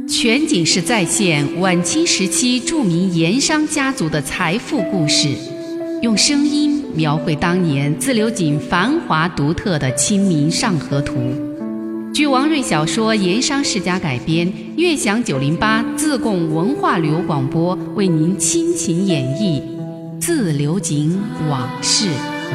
全景式再现晚清时期著名盐商家族的财富故事，用声音描绘当年自流井繁华独特的《清明上河图》。据王瑞小说《盐商世家》改编，悦享908自贡文化旅游广播为您倾情演绎自流井往事。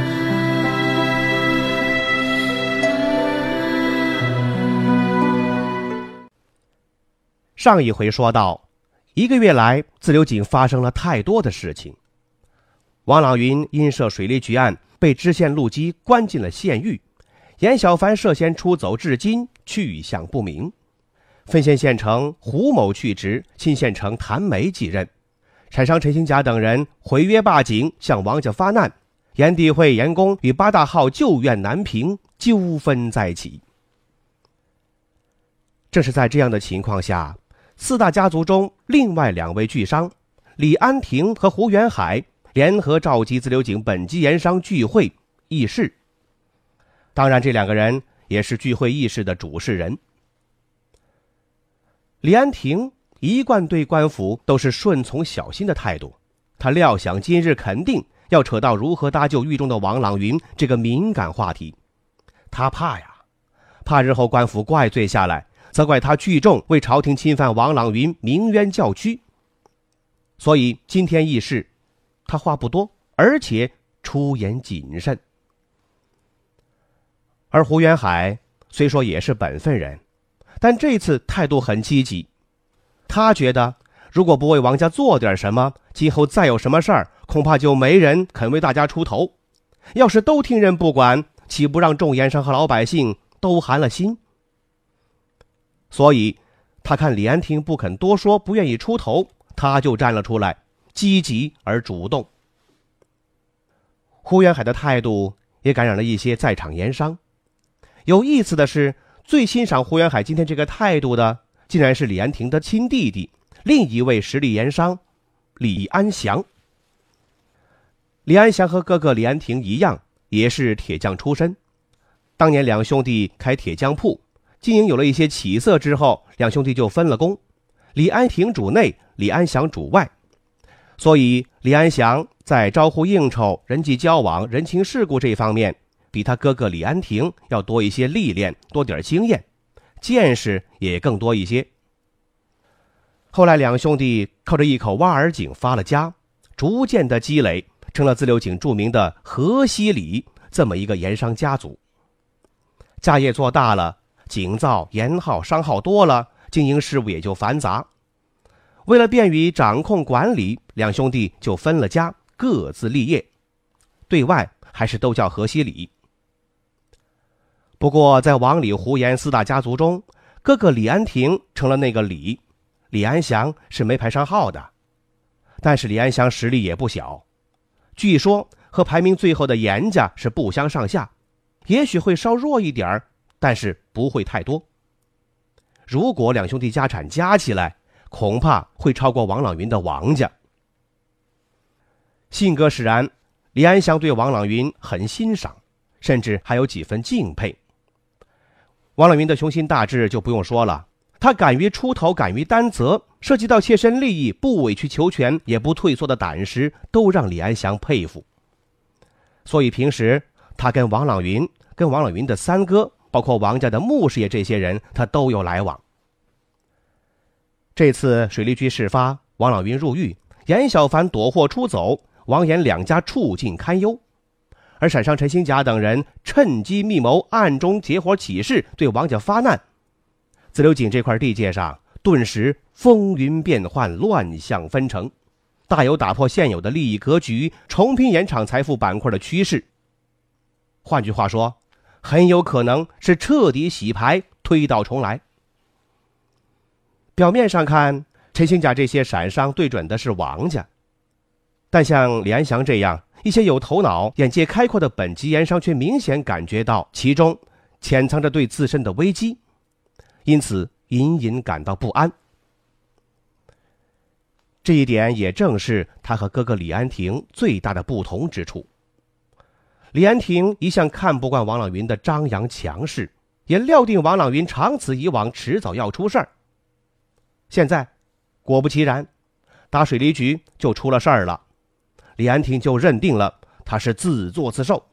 上一回说到，1个月来自流井发生了太多的事情。王朗云因涉水利局案被知县陆基关进了县狱，严小凡涉嫌出走至今去向不明。分县县城胡某去职，新县城谭梅继任。产商陈兴甲等人毁约罢警，向王家发难。盐地会盐工与8大号旧院难平，纠纷再起。正是在这样的情况下，4大家族中另外2位巨商李安亭和胡元海联合召集自流井本级盐商聚会议事。当然这2个人也是聚会议事的主事人。李安亭一贯对官府都是顺从小心的态度，他料想今日肯定要扯到如何搭救狱中的王朗云这个敏感话题。他怕日后官府怪罪下来，责怪他聚众为朝廷侵犯王朗云鸣冤叫屈。所以今天议事，他话不多，而且出言谨慎。而胡元海虽说也是本分人，但这次态度很积极。他觉得如果不为王家做点什么，今后再有什么事儿，恐怕就没人肯为大家出头。要是都听任不管，岂不让众盐商和老百姓都寒了心？所以他看李安亭不肯多说，不愿意出头，他就站了出来，积极而主动。胡元海的态度也感染了一些在场盐商。有意思的是，最欣赏胡元海今天这个态度的，竟然是李安亭的亲弟弟，另一位实力盐商李安祥。李安祥和哥哥李安亭一样，也是铁匠出身。当年2兄弟开铁匠铺，经营有了一些起色之后，2兄弟就分了工，李安亭主内，李安祥主外。所以李安祥在招呼应酬、人际交往、人情世故这方面，比他哥哥李安亭要多一些历练，多点经验，见识也更多一些。后来2兄弟靠着一口挖耳井发了家，逐渐的积累，成了自流井著名的河西里这么一个盐商家族。家业做大了，井造、盐号、商号多了，经营事务也就繁杂。为了便于掌控管理，2兄弟就分了家，各自立业，对外还是都叫河西里。不过在王李胡盐4大家族中，哥哥李安亭成了那个李，李安祥是没排上号的。但是李安祥实力也不小，据说和排名最后的严家是不相上下，也许会稍弱一点，但是不会太多。如果2兄弟家产加起来，恐怕会超过王朗云的王家。性格使然，李安祥对王朗云很欣赏，甚至还有几分敬佩。王朗云的雄心大志就不用说了，他敢于出头，敢于担责，涉及到切身利益不委曲求全也不退缩的胆识，都让李安祥佩服。所以平时他跟王朗云的3哥，包括王家的穆师爷这些人，他都有来往。这次水利局事发，王朗云入狱，严小凡躲祸出走，王严2家处境堪忧。而陕商陈兴甲等人趁机密谋，暗中结伙起事，对王家发难。自流井这块地界上顿时风云变幻，乱象纷呈，大有打破现有的利益格局，重拼盐场财富板块的趋势。换句话说，很有可能是彻底洗牌，推倒重来。表面上看，陈兴甲这些陕商对准的是王家，但像李安祥这样一些有头脑、眼界开阔的本级盐商却明显感觉到其中潜藏着对自身的危机，因此隐隐感到不安。这一点也正是他和哥哥李安亭最大的不同之处。李安亭一向看不惯王朗云的张扬强势，也料定王朗云长此以往迟早要出事儿。 现在果不其然，打水利局就出了事儿了，李安庭就认定了他是自作自受。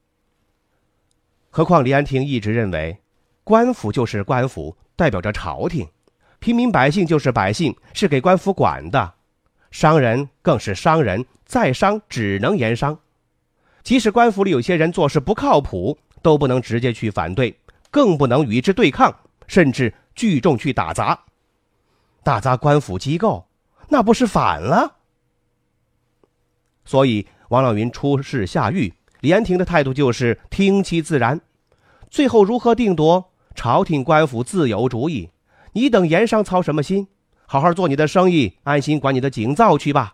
何况李安庭一直认为官府就是官府，代表着朝廷，平民百姓就是百姓，是给官府管的，商人更是商人，再商只能严商。即使官府里有些人做事不靠谱，都不能直接去反对，更不能与之对抗，甚至聚众去打砸。打砸官府机构，那不是反了？所以王朗云出事下狱，李安庭的态度就是听其自然，最后如何定夺，朝廷官府自有主意，你等盐商操什么心？好好做你的生意，安心管你的井灶去吧。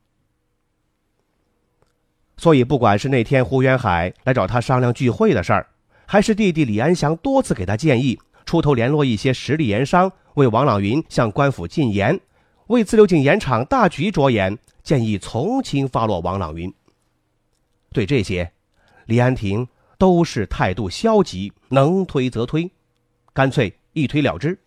所以不管是那天胡元海来找他商量聚会的事儿，还是弟弟李安祥多次给他建议，出头联络一些实力盐商，为王朗云向官府进言，为自流井盐场大局着眼，建议从轻发落王朗云。对这些，李安庭都是态度消极，能推则推，干脆一推了之。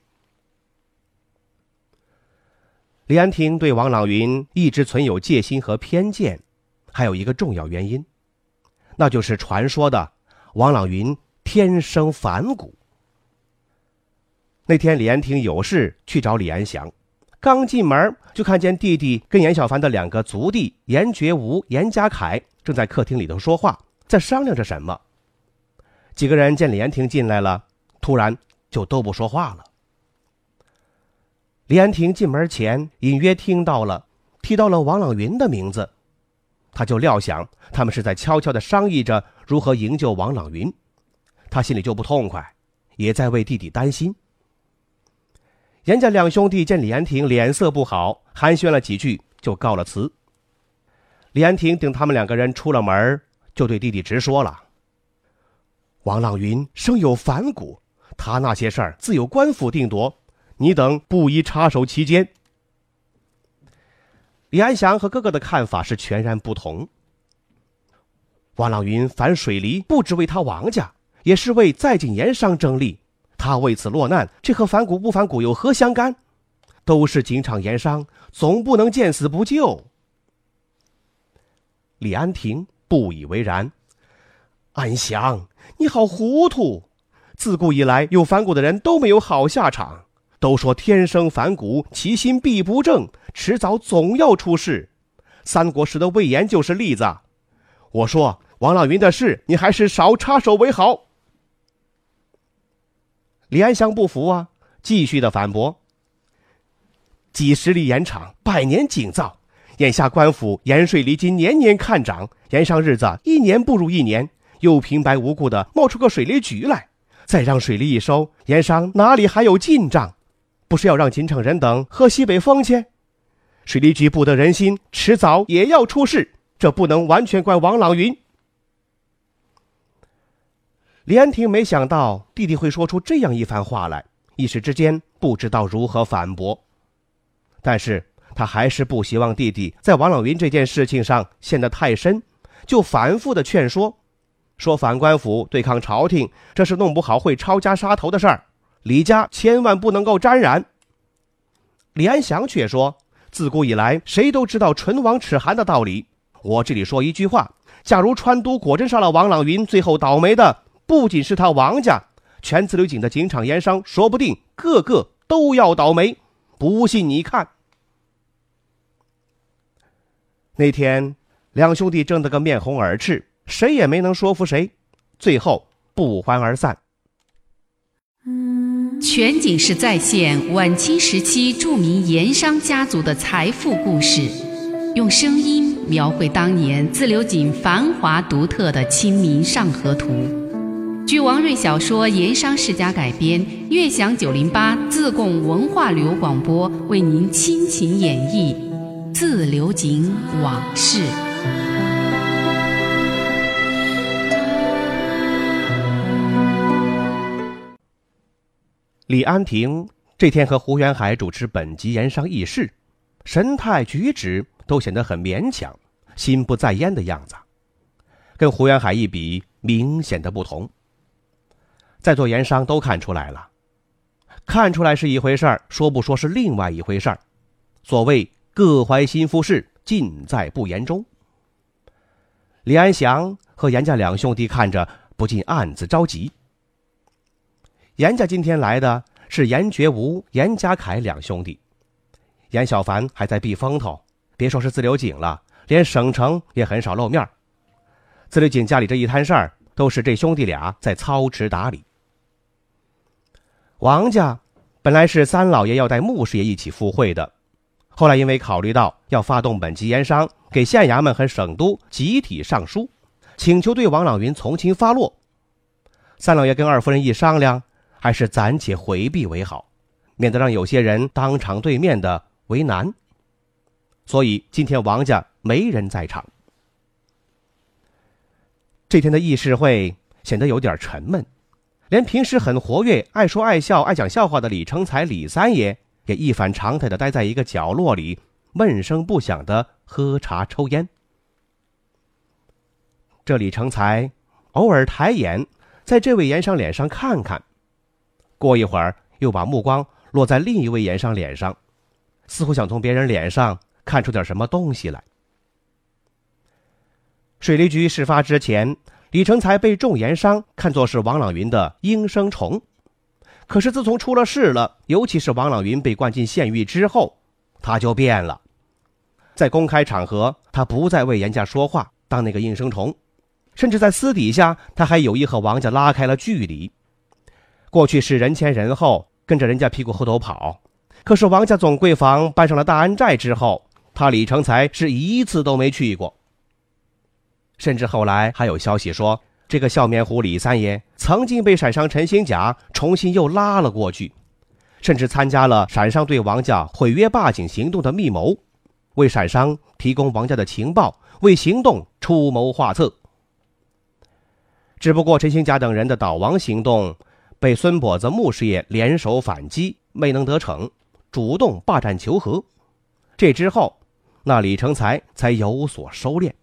李安庭对王朗云一直存有戒心和偏见，还有一个重要原因，那就是传说的王朗云天生反骨。那天李安庭有事去找李安祥，刚进门就看见弟弟跟严小凡的两个族弟严觉吾、严家凯正在客厅里头说话，在商量着什么。几个人见李安庭进来了，突然就都不说话了。李安庭进门前隐约听到了提到了王朗云的名字，他就料想他们是在悄悄地商议着如何营救王朗云，他心里就不痛快，也在为弟弟担心。严家两兄弟见李安庭脸色不好，寒暄了几句就告了辞。李安庭等他们两个人出了门，就对弟弟直说了：王朗云生有反骨，他那些事儿自有官府定夺，你等不宜插手其间。李安祥和哥哥的看法是全然不同。王朗云反水利，不只为他王家，也是为在井盐商争利，他为此落难，这和反骨不反骨有何相干？都是井场盐商，总不能见死不救。李安庭不以为然：安祥，你好糊涂，自古以来有反骨的人都没有好下场，都说天生反骨，其心必不正，迟早总要出事。三国时的魏延就是例子。我说王朗云的事，你还是少插手为好。李安祥不服啊，继续的反驳：几十里盐场，百年井灶，眼下官府盐税厘金年年看涨，盐商日子一年不如一年，又平白无故的冒出个水利局来，再让水利一收，盐商哪里还有进账？不是要让井场人等喝西北风去？水利局不得人心，迟早也要出事，这不能完全怪王朗云。李安庭没想到弟弟会说出这样一番话来，一时之间不知道如何反驳。但是他还是不希望弟弟在王朗云这件事情上陷得太深，就反复的劝说，说反官府对抗朝廷，这是弄不好会抄家杀头的事儿，李家千万不能够沾染。李安祥却说，自古以来谁都知道唇亡齿寒的道理，我这里说一句话，假如川都果真杀了王朗云，最后倒霉的不仅是他王家，全自流井的井场盐商说不定个个都要倒霉，不信你看。那天两兄弟争得个面红耳赤，谁也没能说服谁，最后不欢而散。 全景式再现晚清时期著名盐商家族的财富故事，用声音描绘当年自流井繁华独特的清明上河图。据王瑞小说《盐商世家》改编，悦享908自贡文化旅游广播为您倾情演绎自流井往事。 李安庭这天和胡元海主持本集盐商议事，神态举止都显得很勉强，心不在焉的样子，跟胡元海一比，明显的不同。在座盐商都看出来了， 看出来是一回事儿，说不说是另外一回事儿。所谓各怀心腹事，尽在不言中。李安祥和严家两兄弟看着不禁暗自着急。严家今天来的是严觉吾、严家凯两兄弟，严小凡还在避风头，别说是自流井了，连省城也很少露面。自流井家里这一摊事儿，都是这兄弟俩在操持打理。王家本来是三老爷要带穆师爷一起赴会的，后来因为考虑到要发动本级盐商，给县衙门和省都集体上书，请求对王朗云从轻发落。三老爷跟二夫人一商量，还是暂且回避为好，免得让有些人当场对面的为难。所以今天王家没人在场。这天的议事会显得有点沉闷，连平时很活跃、爱说爱笑、爱讲笑话的李成才李三爷也一反常态地待在一个角落里，闷声不响地喝茶抽烟。这李成才偶尔抬眼在这位盐商脸上看看，过一会儿又把目光落在另一位盐商脸上，似乎想从别人脸上看出点什么东西来。水利局事发之前，李成才被众盐商看作是王朗云的应声虫。可是自从出了事了，尤其是王朗云被关进县狱之后，他就变了。在公开场合，他不再为严家说话，当那个应声虫，甚至在私底下，他还有意和王家拉开了距离。过去是人前人后，跟着人家屁股后头跑，可是王家总柜房搬上了大安寨之后，他李成才是一次都没去过。甚至后来还有消息说，这个笑面虎李三爷曾经被陕商陈兴甲重新又拉了过去，甚至参加了陕商对王家毁约霸井行动的密谋，为陕商提供王家的情报，为行动出谋划策。只不过陈兴甲等人的倒王行动被孙跛子穆师爷联手反击，没能得逞，主动霸占求和。这之后，那李成才才有所收敛。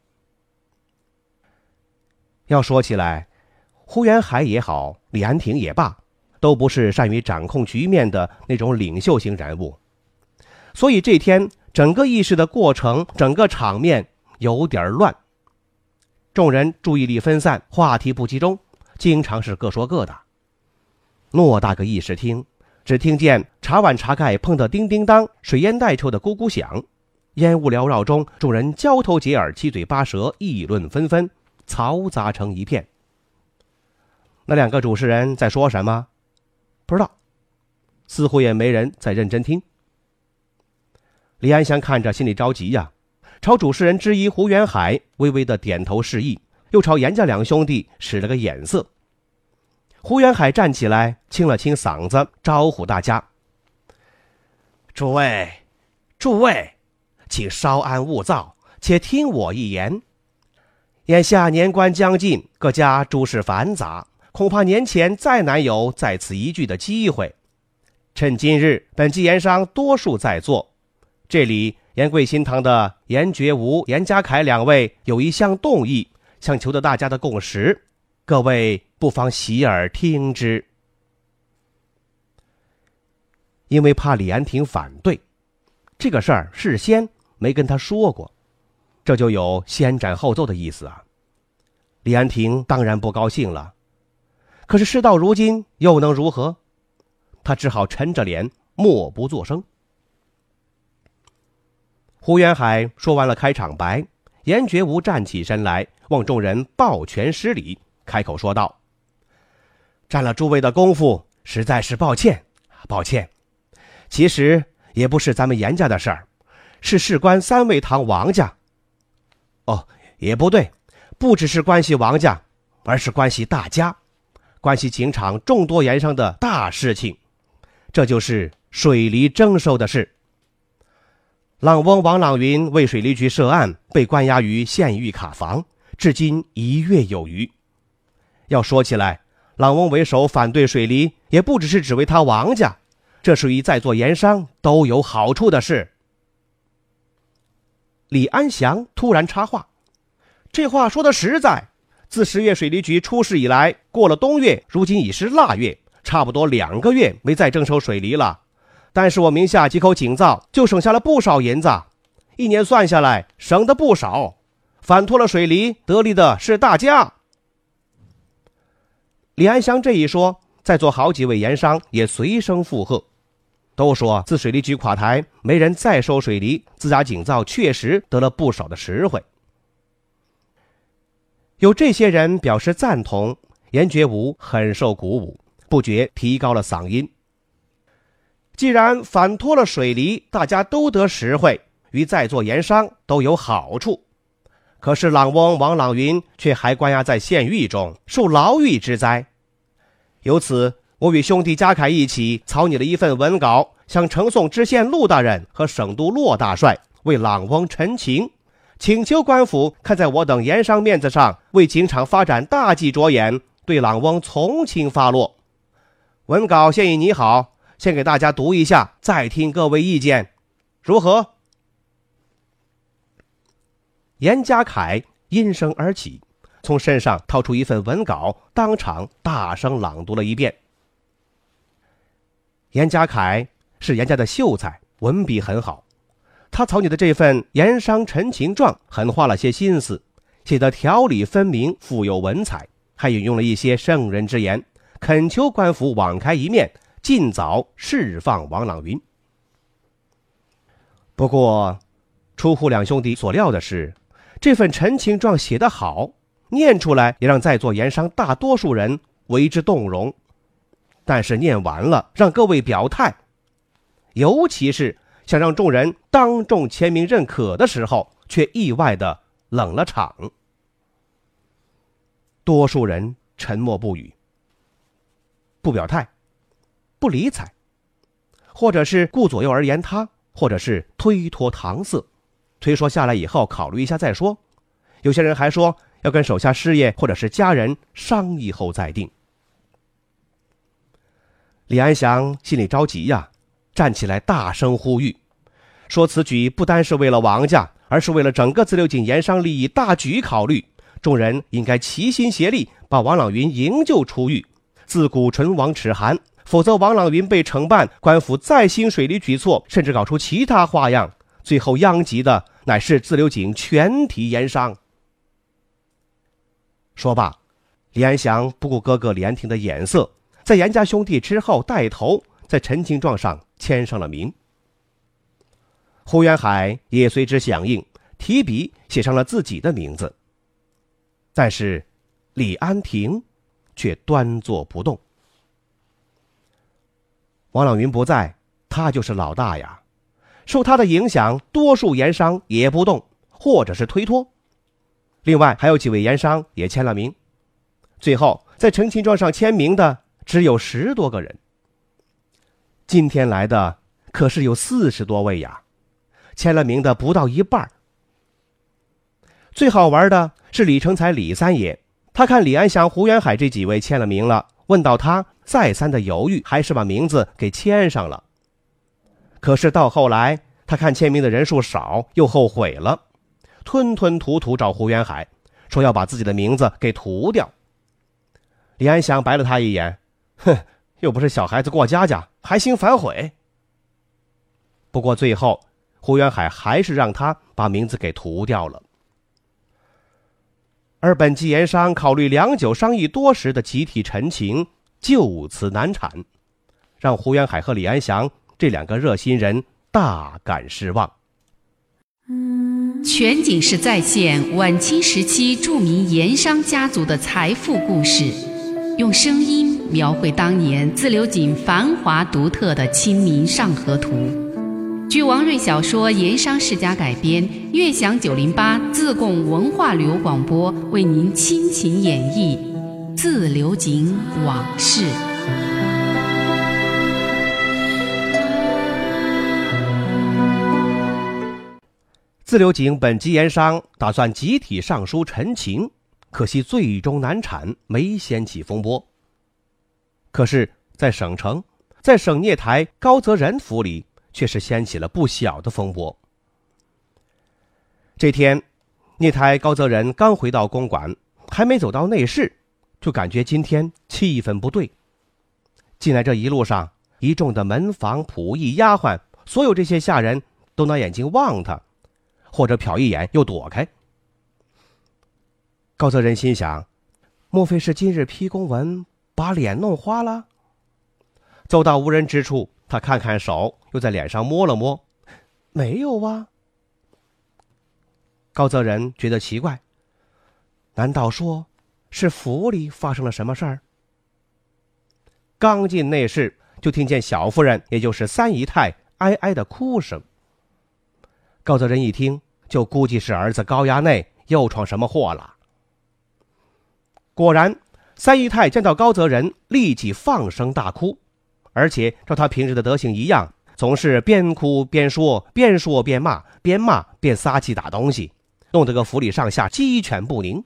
要说起来，胡元海也好，李安亭也罢，都不是善于掌控局面的那种领袖型人物，所以这天整个议事的过程，整个场面有点乱，众人注意力分散，话题不集中，经常是各说各的。偌大个议事厅，只听见茶碗茶盖碰得叮叮当，水烟袋抽得咕咕响，烟雾缭绕中，众人交头接耳，七嘴八舌，议论纷纷，嘈杂成一片。那两个主持人在说什么？不知道，似乎也没人在认真听。李安祥看着心里着急呀，朝主持人之一胡元海微微的点头示意，又朝严家两兄弟使了个眼色。胡元海站起来，清了清嗓子，招呼大家：诸位，请稍安勿躁，且听我一言。眼下年关将近，各家诸事繁杂，恐怕年前再难有在此一聚的机会。趁今日本级盐商多数在座，这里严贵新堂的严觉吾、严家凯两位有一项动议，想求得大家的共识，各位不妨洗耳听之。因为怕李安亭反对，这个事儿事先没跟他说过，这就有先斩后奏的意思啊。李安亭当然不高兴了，可是事到如今又能如何？他只好沉着脸，默不作声。胡元海说完了开场白，严觉吾站起身来，望众人抱拳施礼，开口说道：占了诸位的功夫，实在是抱歉。其实也不是咱们严家的事儿，是事关三味堂王家。哦，也不对，不只是关系王家，而是关系大家，关系警场众多盐商的大事情，这就是水利征收的事。朗翁王朗云为水利局涉案，被关押于县狱卡房，至今1月有余。要说起来，朗翁为首反对水利，也不只是只为他王家，这属于在座盐商都有好处的事。李安祥突然插话：这话说得实在，自10月水利局出事以来，过了冬月，如今已是腊月， 差不多2个月没再征收水利了，但是我名下几口井灶就省下了不少银子，1年算下来省得不少，反托了水利，得利的是大家。李安祥这一说，在座好几位盐商也随声附和，都说自水利局垮台，没人再收水利，自家井灶确实得了不少的实惠。有这些人表示赞同，严觉武很受鼓舞，不觉提高了嗓音。既然反托了水利，大家都得实惠，与在座盐商都有好处，可是朗翁王朗云却还关押在县狱中，受牢狱之灾。由此，我与兄弟嘉凯一起草拟了一份文稿，向呈送知县陆大人和省督骆大帅为朗翁陈情，请求官府看在我等盐商面子上，为井场发展大计着眼，对朗翁从轻发落。文稿现已拟好，先给大家读一下，再听各位意见，如何？严家凯因声而起，从身上掏出一份文稿，当场大声朗读了一遍。严家凯是严家的秀才，文笔很好，他草拟的这份盐商陈情状很花了些心思，写得条理分明，富有文采，还引用了一些圣人之言，恳求官府网开一面，尽早释放王朗云。不过出乎两兄弟所料的是，这份陈情状写得好，念出来也让在座盐商大多数人为之动容，但是念完了让各位表态，尤其是想让众人当众签名认可的时候，却意外的冷了场。多数人沉默不语，不表态，不理睬，或者是顾左右而言他，或者是推脱搪塞，推说下来以后考虑一下再说。有些人还说要跟手下师爷或者是家人商议后再定。李安祥心里着急呀，站起来大声呼吁，说此举不单是为了王家，而是为了整个自流井盐商利益大局考虑，众人应该齐心协力，把王朗云营救出狱，自古唇亡齿寒，否则王朗云被惩办，官府再兴水利举措，甚至搞出其他花样，最后殃及的乃是自流井全体盐商。说罢，李安祥不顾哥哥李安庭的眼色，在严家兄弟之后带头在陈情状上签上了名。胡元海也随之响应，提笔写上了自己的名字。但是李安庭却端坐不动。王朗云不在，他就是老大呀，受他的影响，多数盐商也不动，或者是推脱。另外还有几位盐商也签了名，最后在陈情状上签名的只有10多个人。今天来的可是有40多位呀，签了名的不到一半。最好玩的是李成才李三爷，他看李安祥、胡元海这几位签了名了，问到他，再三的犹豫，还是把名字给签上了。可是到后来，他看签名的人数少，又后悔了，吞吞吐吐找胡元海，说要把自己的名字给涂掉。李安祥白了他一眼，哼，又不是小孩子过家家，还兴反悔。不过最后胡元海还是让他把名字给涂掉了。而本级盐商考虑良久商议多时的集体陈情就此难产，让胡元海和李安祥这2个热心人大感失望。 全景式再现晚清时期著名盐商家族的财富故事，用声音描绘当年自流井繁华独特的《清明上河图》。据王瑞小说《盐商世家》改编，悦享908自贡文化旅游广播为您倾情演绎自流井往事。 自流井本级盐商打算集体上书陈情，可惜最终难产，没掀起风波。可是在省城，在省聂台高泽仁府里，却是掀起了不小的风波。这天，聂台高泽仁刚回到公馆，还没走到内室，就感觉今天气氛不对。 进来这一路上，一众的门房、仆役、丫鬟，所有这些下人都拿眼睛望他，或者瞟一眼又躲开。高则仁心想，莫非是今日批公文把脸弄花了？走到无人之处，他看看手，又在脸上摸了摸，没有啊。高则仁觉得奇怪，难道说是府里发生了什么事儿？刚进内室，就听见小夫人，也就是三姨太哀哀的哭声。高则仁一听，就估计是儿子高衙内又闯什么祸了。果然，三姨太见到高则仁，立即放声大哭，而且照他平日的德行一样，总是边哭边说，边说边骂，边骂边撒气打东西，弄得个府里上下鸡犬不宁。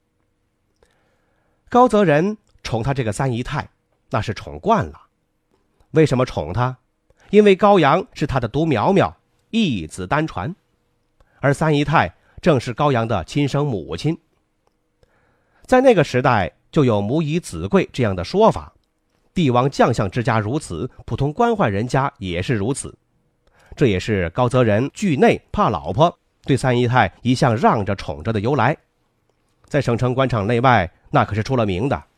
高则仁宠他这个三姨太，那是宠惯了。为什么宠他？因为高阳是他的独苗苗，一子单传，而三姨太正是高阳的亲生母亲。在那个时代，就有母以子贵这样的说法，帝王将相之家如此，普通官宦人家也是如此。这也是高则仁惧内怕老婆，对三姨太一向让着宠着的由来。在省城官场内外，那可是出了名的。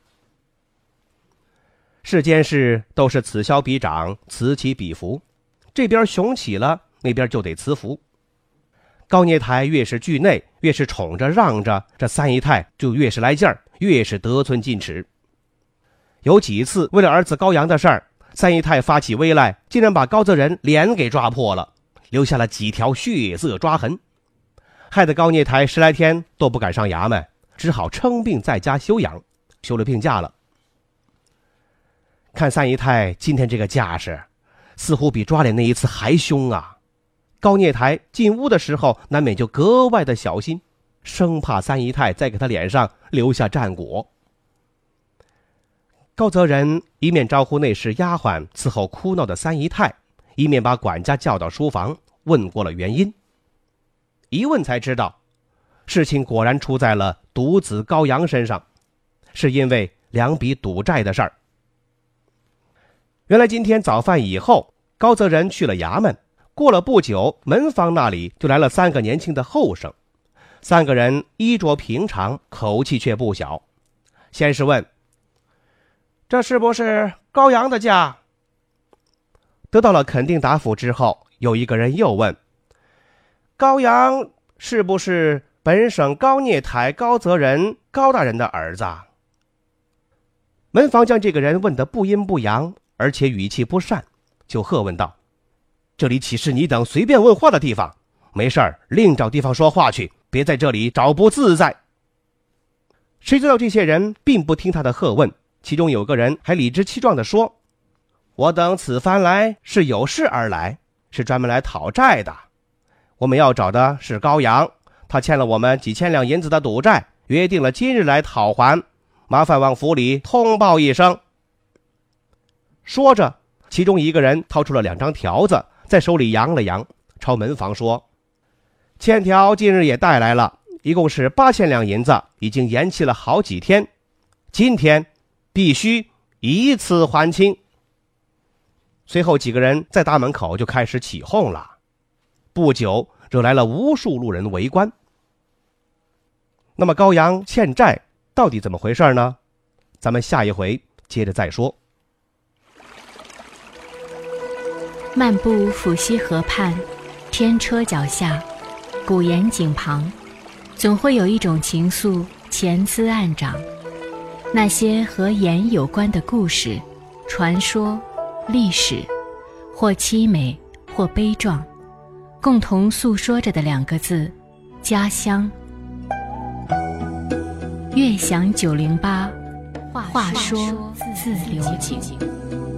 世间事都是此消彼长，此起彼伏，这边雄起了，那边就得雌伏。高聂台越是惧内，越是宠着让着，这三姨太就越是来劲儿，越是得寸进尺。有几次为了儿子高阳的事儿，三姨太发起威来，竟然把高则仁脸给抓破了，留下了几条血色抓痕，害得高聂台10来天都不敢上衙门，只好称病在家休养，休了病假了。看三姨太今天这个架势，似乎比抓脸那一次还凶啊。高聂台进屋的时候，难免就格外的小心，生怕三姨太再给他脸上留下战果。高则仁一面招呼内侍丫鬟伺候哭闹的三姨太，一面把管家叫到书房，问过了原因。一问才知道，事情果然出在了独子高阳身上，是因为2笔赌债的事儿。原来今天早饭以后，高则仁去了衙门，过了不久，门房那里就来了3个年轻的后生。3个人衣着平常，口气却不小。先是问：这是不是高阳的家？得到了肯定答复之后，有一个人又问：高阳是不是本省高聂台高则仁高大人的儿子？门房将这个人问得不阴不阳，而且语气不善，就喝问道：这里岂是你等随便问话的地方？没事儿，另找地方说话去，别在这里找不自在。谁知道这些人并不听他的喝问，其中有个人还理直气壮地说：我等此番来是有事而来，是专门来讨债的。我们要找的是高阳，他欠了我们几千两银子的赌债，约定了今日来讨还，麻烦往府里通报一声。说着，其中一个人掏出了2张条子，在手里扬了扬，朝门房说：欠条近日也带来了，一共是8000两银子，已经延期了好几天，今天必须一次还清。随后几个人在大门口就开始起哄了，不久惹来了无数路人围观。那么高阳欠债到底怎么回事呢？咱们下一回接着再说。 漫步抚溪河畔，天车脚下，古岩井旁，总会有一种情愫潜滋暗长。那些和盐有关的故事、传说、历史，或凄美，或悲壮，共同诉说着的2个字：家乡。悦享908，话说自流井。